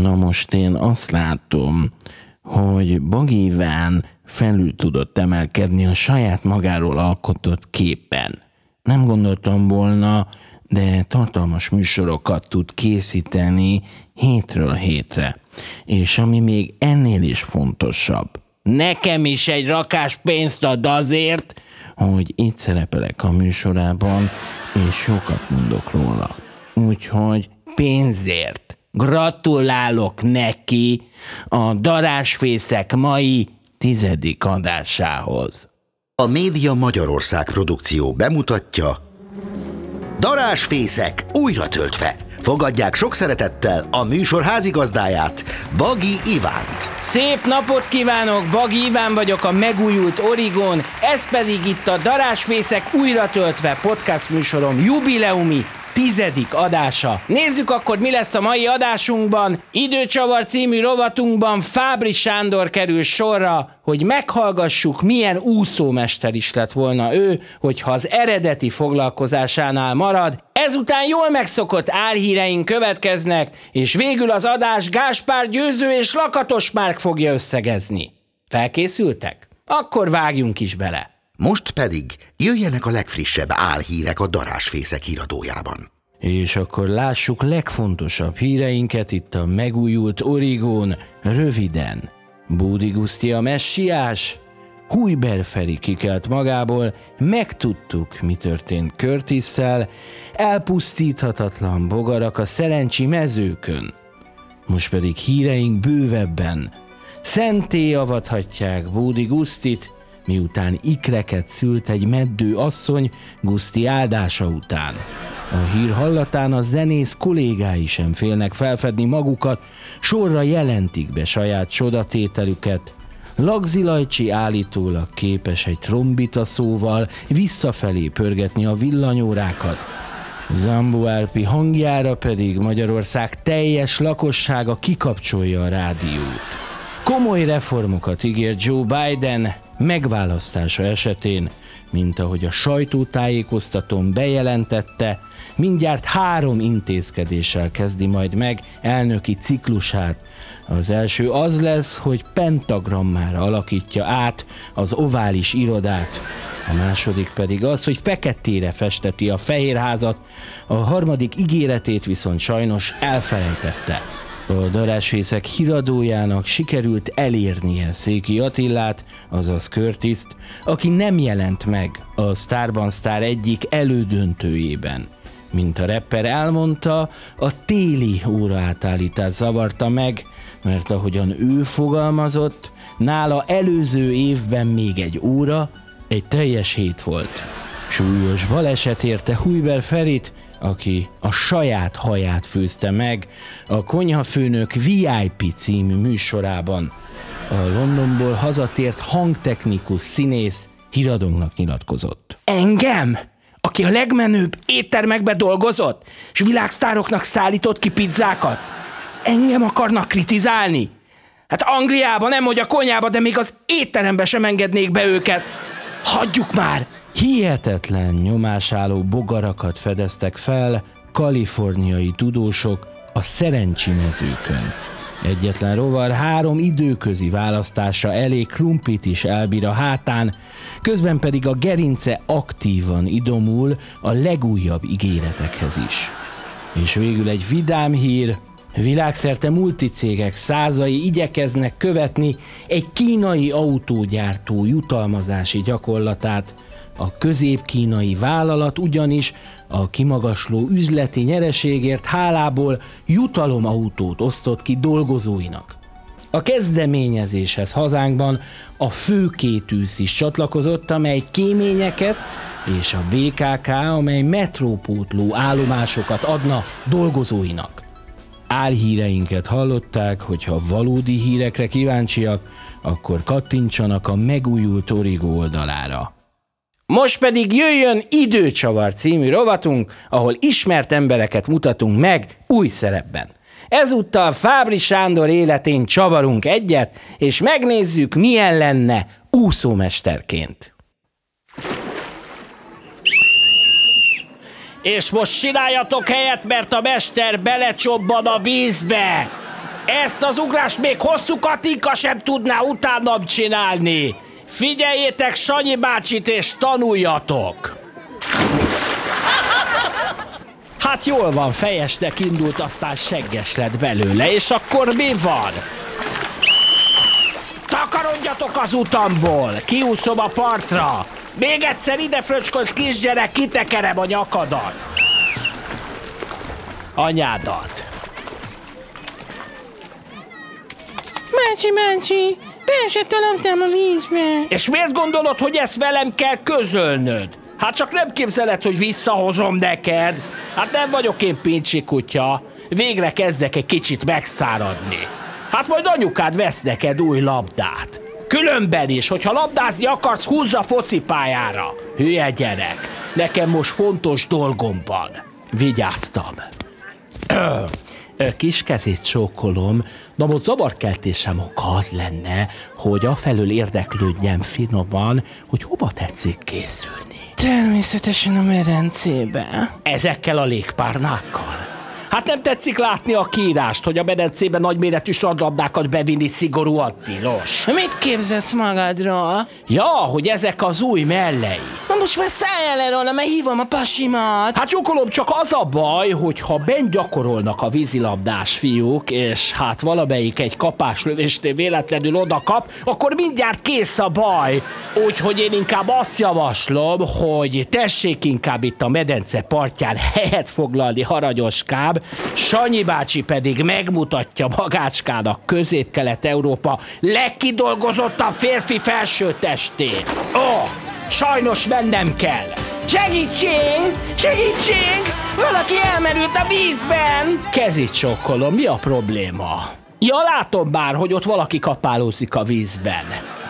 Na most én azt látom, hogy Bagi Iván felül tudott emelkedni a saját magáról alkotott képen. Nem gondoltam volna, de tartalmas műsorokat tud készíteni hétről hétre. És ami még ennél is fontosabb, nekem is egy rakás pénzt ad azért, hogy itt szerepelek a műsorában, és sokat mondok róla. Úgyhogy pénzért gratulálok neki a Darásfészek mai 10. adásához. A Média Magyarország produkció bemutatja Darásfészek újra töltve. Fogadják sok szeretettel a műsor házigazdáját, Bagi Ivánt. Szép napot kívánok, Bagi Iván vagyok, a megújult Origon, ez pedig itt a Darásfészek újra töltve podcast műsorom jubileumi 10. adása. Nézzük akkor, mi lesz a mai adásunkban. Időcsavar című rovatunkban Fábry Sándor kerül sorra, hogy meghallgassuk, milyen úszómester is lett volna ő, hogyha az eredeti foglalkozásánál marad. Ezután jól megszokott álhíreink következnek, és végül az adás Gáspár Győző és Lakatos Márk fogja összegezni. Felkészültek? Akkor vágjunk is bele. Most pedig jöjjenek a legfrissebb álhírek a Darásfészek híradójában. És akkor lássuk legfontosabb híreinket itt a megújult Origon röviden. Bódi Guszti a messiás, Hujber Feri kikelt magából, megtudtuk, mi történt Curtisszel, elpusztíthatatlan bogarak a szerencsi mezőkön. Most pedig híreink bővebben. Szentté avathatják Bódi Gusztit, miután ikreket szült egy meddő asszony Guszti áldása után. A hír hallatán a zenész kollégái sem félnek felfedni magukat, sorra jelentik be saját csodatételüket. Lagzi Lajcsi állítólag képes egy trombita szóval visszafelé pörgetni a villanyórákat. Zambó Árpi hangjára pedig Magyarország teljes lakossága kikapcsolja a rádiót. Komoly reformokat ígér Joe Biden megválasztása esetén, mint ahogy a sajtótájékoztatón bejelentette, mindjárt 3 intézkedéssel kezdi majd meg elnöki ciklusát. Az első az lesz, hogy pentagrammára alakítja át az ovális irodát. A második pedig az, hogy feketére festeti a Fehérházat, a harmadik ígéretét viszont sajnos elfelejtette. A Darásfészek híradójának sikerült elérnie Széki Attilát, azaz Curtist, aki nem jelent meg a Sztárban Sztár egyik elődöntőjében. Mint a rapper elmondta, a téli óraátállítás zavarta meg, mert ahogyan ő fogalmazott, nála előző évben még egy óra, egy teljes hét volt. Súlyos baleset érte Hujber Ferit, aki a saját haját főzte meg a Konyhafőnök VIP című műsorában. A Londonból hazatért hangtechnikus színész híradónknak nyilatkozott. Engem, aki a legmenőbb éttermekbe dolgozott, és világsztároknak szállított ki pizzákat, engem akarnak kritizálni? Hát Angliában, nem hogy a konyhába, de még az étterembe sem engednék be őket. Hagyjuk már! Hihetetlen nyomásálló bogarakat fedeztek fel kaliforniai tudósok a Szerencsimezőkön. Egyetlen rovar 3 időközi választása elég krumplit is elbír a hátán, közben pedig a gerince aktívan idomul a legújabb ígéretekhez is. És végül egy vidám hír, világszerte multicégek százai igyekeznek követni egy kínai autógyártó jutalmazási gyakorlatát. A közép-kínai vállalat ugyanis a kimagasló üzleti nyereségért hálából jutalomautót osztott ki dolgozóinak. A kezdeményezéshez hazánkban a Főkétűz is csatlakozott, amely kéményeket, és a BKK, amely metrópótló állomásokat adna dolgozóinak. Álhíreinket hallották, hogyha valódi hírekre kíváncsiak, akkor kattintsanak a megújult Origo oldalára. Most pedig jöjjön Időcsavar című rovatunk, ahol ismert embereket mutatunk meg új szerepben. Ezúttal Fábry Sándor életén csavarunk egyet, és megnézzük, milyen lenne úszómesterként. És most csináljatok helyet, mert a mester belecsobban a vízbe! Ezt az ugrást még hosszú Katinka sem tudná utánam csinálni. Figyeljétek Sanyi bácsit és tanuljatok! Hát jól van, fejesnek indult, aztán segges lett belőle, és akkor mi van? Takarodjatok az utamból, kiúszom a partra! Még egyszer ide fröcskolsz kisgyerek, kitekerem a nyakadat! Anyádat! Bácsi, beesett a labdám a vízbe. És miért gondolod, hogy ezt velem kell közölnöd? Hát csak nem képzeled, hogy visszahozom neked. Hát nem vagyok én pincsi kutya. Végre kezdek egy kicsit megszáradni. Hát majd anyukád vesz neked új labdát. Különben is, hogyha labdázni akarsz, húzz a focipályára. Hülye gyerek, nekem most fontos dolgom van. Vigyáztam. Kis kezét csókolom, na most zavarkeltésem oka az lenne, hogy afelől érdeklődjem finoman, hogy hova tetszik készülni. Természetesen a medencébe. Ezekkel a légpárnákkal? Hát nem tetszik látni a kiírást, hogy a medencébe nagyméretű sardlabdákat bevinni szigorúan tilos. Mit képzelsz magadról? Ja, hogy ezek az új mellei. Na most már szálljál el róla, mert hívom a pasimat. Hát csókolom, csak az a baj, hogy ha bent gyakorolnak a vízilabdás fiúk, és hát valamelyik egy kapáslövésnél véletlenül odakap, akkor mindjárt kész a baj. Úgyhogy én inkább azt javaslom, hogy tessék inkább itt a medence partján helyet foglalni, haranyoskább, Sanyi bácsi pedig megmutatja magácskának Közép-Kelet-Európa legkidolgozottabb férfi felsőtestét. Sajnos mennem kell. Segítség! Valaki elmerült a vízben! Kezit csókolom, mi a probléma? Ja, látom már, hogy ott valaki kapálózik a vízben.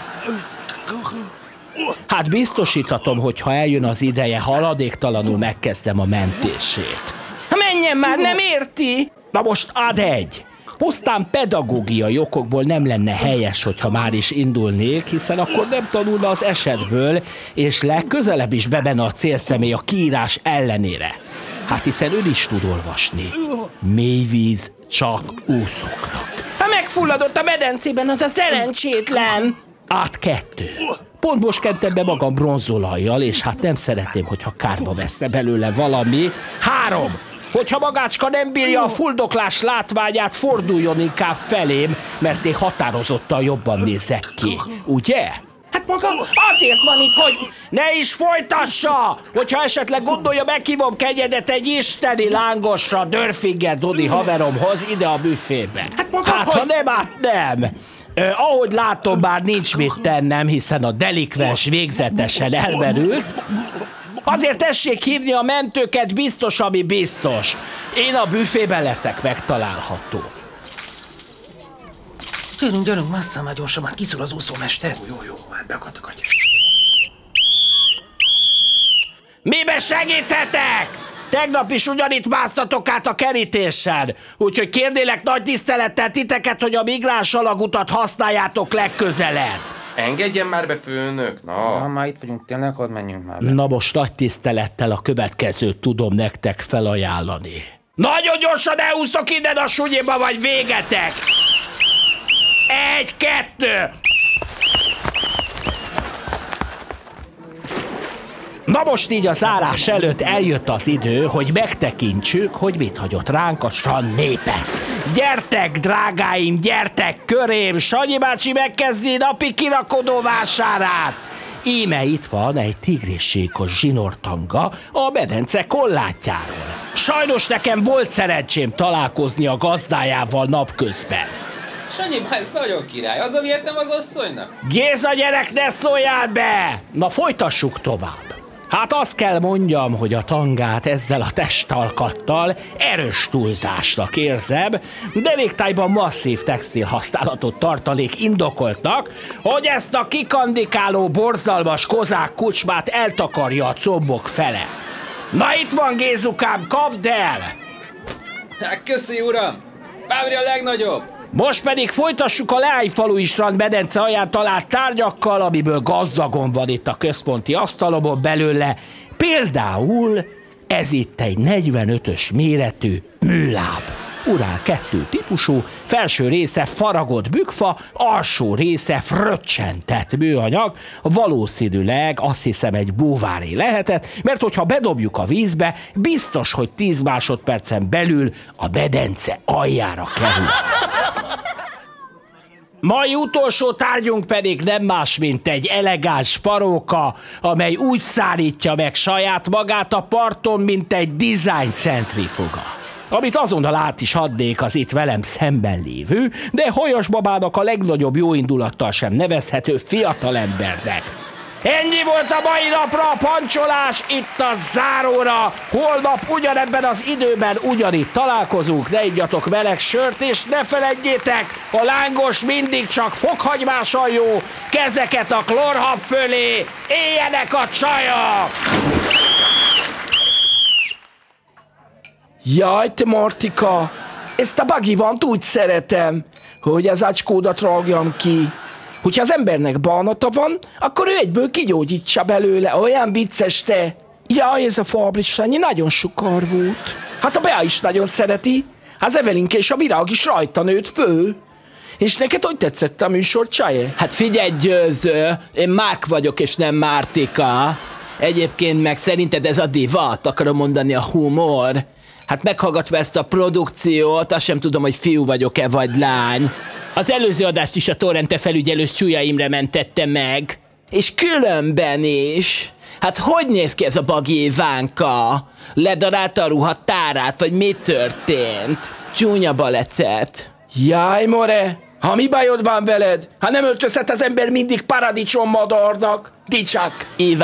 Hát biztosíthatom, hogy ha eljön az ideje, haladéktalanul megkezdem a mentését. Menjen már, nem érti? Na most add egy! Pusztán pedagógiai okokból nem lenne helyes, hogyha már is indulnék, hiszen akkor nem tanulna az esetből, és legközelebb is bemenne a célszemély a kiírás ellenére. Hát hiszen ön is tud olvasni. Mély víz csak úszóknak. Ha megfulladott a medencében, az a szerencsétlen. Át 2. Pont most kentem be magam bronzolajjal, és hát nem szeretném, hogyha kárba veszne belőle valami. 3. Hogyha magácska nem bírja a fuldoklás látványát, forduljon inkább felém, mert én határozottan jobban nézek ki. Ugye? Hát maga azért van itt, hogy... Ne is folytassa! Hogyha esetleg gondolja, meghívom kegyedet egy isteni lángosra Dörfinger Dodi haveromhoz ide a büfébe. Hát ha nem, nem. Ahogy látom, bár nincs mit tennem, hiszen a delikvens végzetesen elmerült. Azért tessék hívni a mentőket, biztos, ami biztos. Én a büfében leszek megtalálható. Gyerünk, massza már gyorsan, már kiszúr az úszómester. Jó, hát beakadtak. Mibe segíthetek? Tegnap is ugyanitt másztatok át a kerítésen, úgyhogy kérnélek nagy tisztelettel titeket, hogy a migráns alagutat használjátok legközelebb. Engedjen már be, főnök, na. Ha már itt vagyunk, tényleg, hadd menjünk már be. Na most nagy tisztelettel a következőt tudom nektek felajánlani. Nagyon gyorsan elhúztok innen a sunyiba, vagy végetek! 1, 2! Na most így a zárás előtt eljött az idő, hogy megtekintsük, hogy mit hagyott ránk a San népe. Gyertek, drágáim, gyertek körém, Sanyi bácsi megkezdi napi kirakodó vásárát. Íme itt van egy tigrissékos zsinórtanga a medence kollátjáról. Sajnos nekem volt szerencsém találkozni a gazdájával napközben. Sanyi, ez nagyon király, az, amiért nem az asszonynak? Géza gyerek, ne szóljál be! Na folytassuk tovább. Hát azt kell mondjam, hogy a tangát ezzel a testalkattal erős túlzásnak érzem, de végtájban masszív textil használatot tartalék indokoltnak, hogy ezt a kikandikáló borzalmas kozák kucsmát eltakarja a combok fele. Na itt van, Gézukám, kapd el! Hát köszi, uram! Fábri a legnagyobb! Most pedig folytassuk a Leányfalui strand medence alján talált tárgyakkal, amiből gazdagon van itt a központi asztalomon belőle. Például ez itt egy 45-ös méretű műláb. Urál 2 típusú, felső része faragott bükfa, alsó része fröccsentett műanyag, valószínűleg azt hiszem egy búváré lehetett, mert hogyha bedobjuk a vízbe, biztos, hogy 10 másodpercen belül a medence aljára kerül. Mai utolsó tárgyunk pedig nem más, mint egy elegáns paróka, amely úgy szárítja meg saját magát a parton, mint egy design centrifuga. Amit azonnal át is adnék az itt velem szemben lévő, de Holyos babának a legnagyobb jóindulattal sem nevezhető fiatalembernek. Ennyi volt a mai napra a pancsolás, itt a záróra. Holnap ugyanebben az időben ugyanitt találkozunk, ne igyatok meleg sört, és ne feledjétek, a lángos mindig csak fokhagymással jó, kezeket a klorhab fölé, éljenek a csajok! Jaj, te Martika, ezt a buggy vant úgy szeretem, hogy az acskódat ragjam ki. Hogyha az embernek bánata van, akkor ő egyből kigyógyítsa belőle, olyan vicces te. Jaj, ez a Fabris Sanyi nagyon sukar volt. Hát a Bea is nagyon szereti, az Evelinke és a Virág is rajta nőtt föl. És neked hogy tetszett a műsor, Csaje? Hát figyelj, Győző, én Mák vagyok és nem Mártika. Egyébként meg szerinted ez a divat, akarom mondani, a humor. Hát meghallgatva ezt a produkciót, azt sem tudom, hogy fiú vagyok-e vagy lány. Az előző adást is a Torrente felügyelő Csúlya Imre mentette meg. És különben is. Hát hogy néz ki ez a bagi Ivánka? Ledarálta a ruhatárát, vagy mi történt? Csúnya baleset. Jaj, more, ha mi bajod van veled? Ha nem öltözhet az ember mindig paradicsom-madarnak? Dicsak.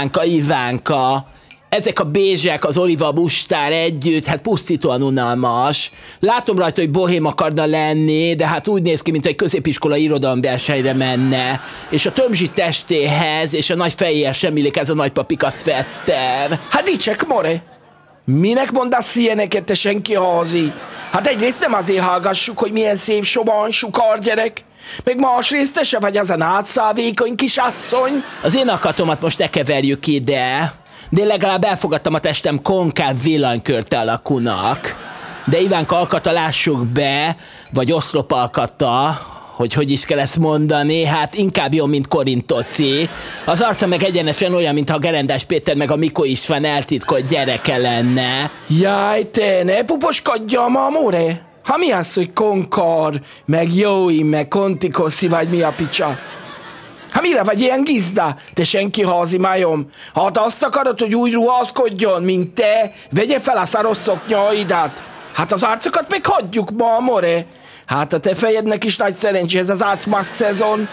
Ivánka. Ezek a bézsek, az oliva mustár együtt, hát pusztítóan unalmas. Látom rajta, hogy bohém akarna lenni, de hát úgy néz ki, mint egy középiskola irodalomversenyre menne. És a tömzsi testéhez és a nagy fejéhez sem illik ez a nagypapika szvetter. Hát dicsek, more! Minek mondasz ilyeneket, te senki házi? Hát egyrészt nem azért hallgassuk, hogy milyen szép soban sukar gyerek, meg másrészt te se vagy az a nátszálvékony kisasszony. Az én akatomat most ne keverjük ide. De én legalább elfogadtam a testem konkáv villanykörte alakúnak. De Ivánka alkata lássuk be, vagy oszlop alkata, hogy is kell ezt mondani, hát inkább jó, mint Korintoszi. Az arca meg egyenesen olyan, mintha Gerendás Péter meg a Mikó István eltitkolt gyereke lenne. Jaj, te ne puposkodjam, amore! Ha mi az, hogy konkar, meg jóim, meg kontikoszi, vagy mi a picsa? Ha mire vagy ilyen gizda, te senki házi majom? Ha te azt akarod, hogy úgy ruházkodjon, mint te, vegye fel a szaros szoknyaidat. Hát az arcokat meg hagyjuk ma, amore. Hát a te fejednek is nagy szerencsé ez az arcmaszk szezon.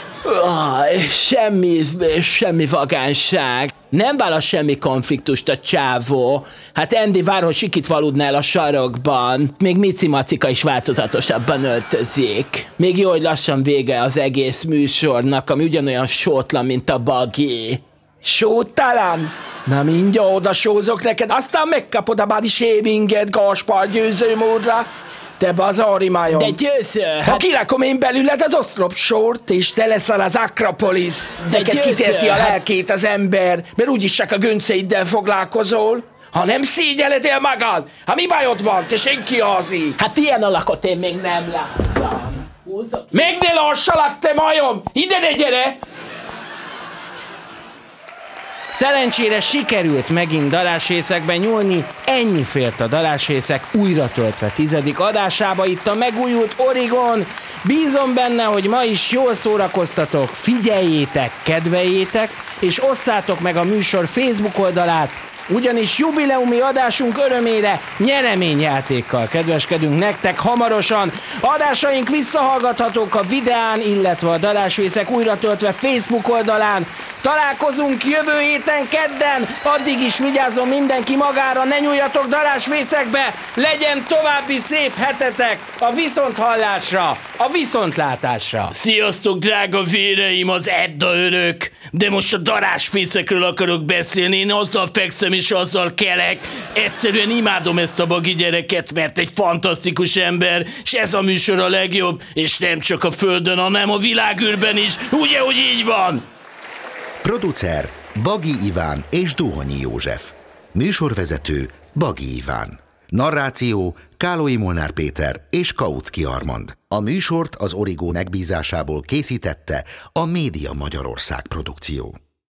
Semmi ízlés, semmi vagánság. Nem válasz semmi konfliktust a csávó. Hát Andy vár, hogy sikit valudnál a sarokban. Még Mici Macika is változatosabban öltözik. Még jó, hogy lassan vége az egész műsornak, ami ugyanolyan sótlan, mint a bagi. Sótalan? Na mindjárt odasózok neked, aztán megkapod a body shaminget Gáspár Győző módra. Te bazari majom. De Győző, ha kirakom én belőled az oszlopsort, és te leszel az Akropolis. Neked kitérti a lelkét az ember, mert úgyis csak a gönceiddel foglalkozol. Ha nem szégyeled el magad, ha mi bajod van, te senki házi. Hát ilyen alakot én még nem láttam. Még ne lassalak, te majom! Ide ne gyere! Szerencsére sikerült megint darásrészekben nyúlni, ennyi fért a darásrészek újra töltve 10. adásába itt a megújult Origon. Bízom benne, hogy ma is jól szórakoztatok, figyeljétek, kedveljétek, és osszátok meg a műsor Facebook oldalát, ugyanis jubileumi adásunk örömére nyereményjátékkal kedveskedünk nektek hamarosan. Adásaink visszahallgathatók a videán, illetve a darásrészek újra töltve Facebook oldalán. Találkozunk jövő héten kedden, addig is vigyázzon mindenki magára, ne nyúljatok darásrészekbe, legyen további szép hetetek a viszonthallásra, a viszontlátásra. Sziasztok, drága véreim, az Edda örök! De most a darásfészekről akarok beszélni, én azzal fekszem és azzal kelek. Egyszerűen imádom ezt a bagi gyereket, mert egy fantasztikus ember, és ez a műsor a legjobb, és nem csak a földön, hanem a világűrben is. Ugye, hogy így van? Producer Bagi Iván és Duhonyi József. Műsorvezető Bagi Iván. Narráció Kálói Molnár Péter és Kautsky Armand. A műsort az Origo megbízásából készítette a Média Magyarország produkció.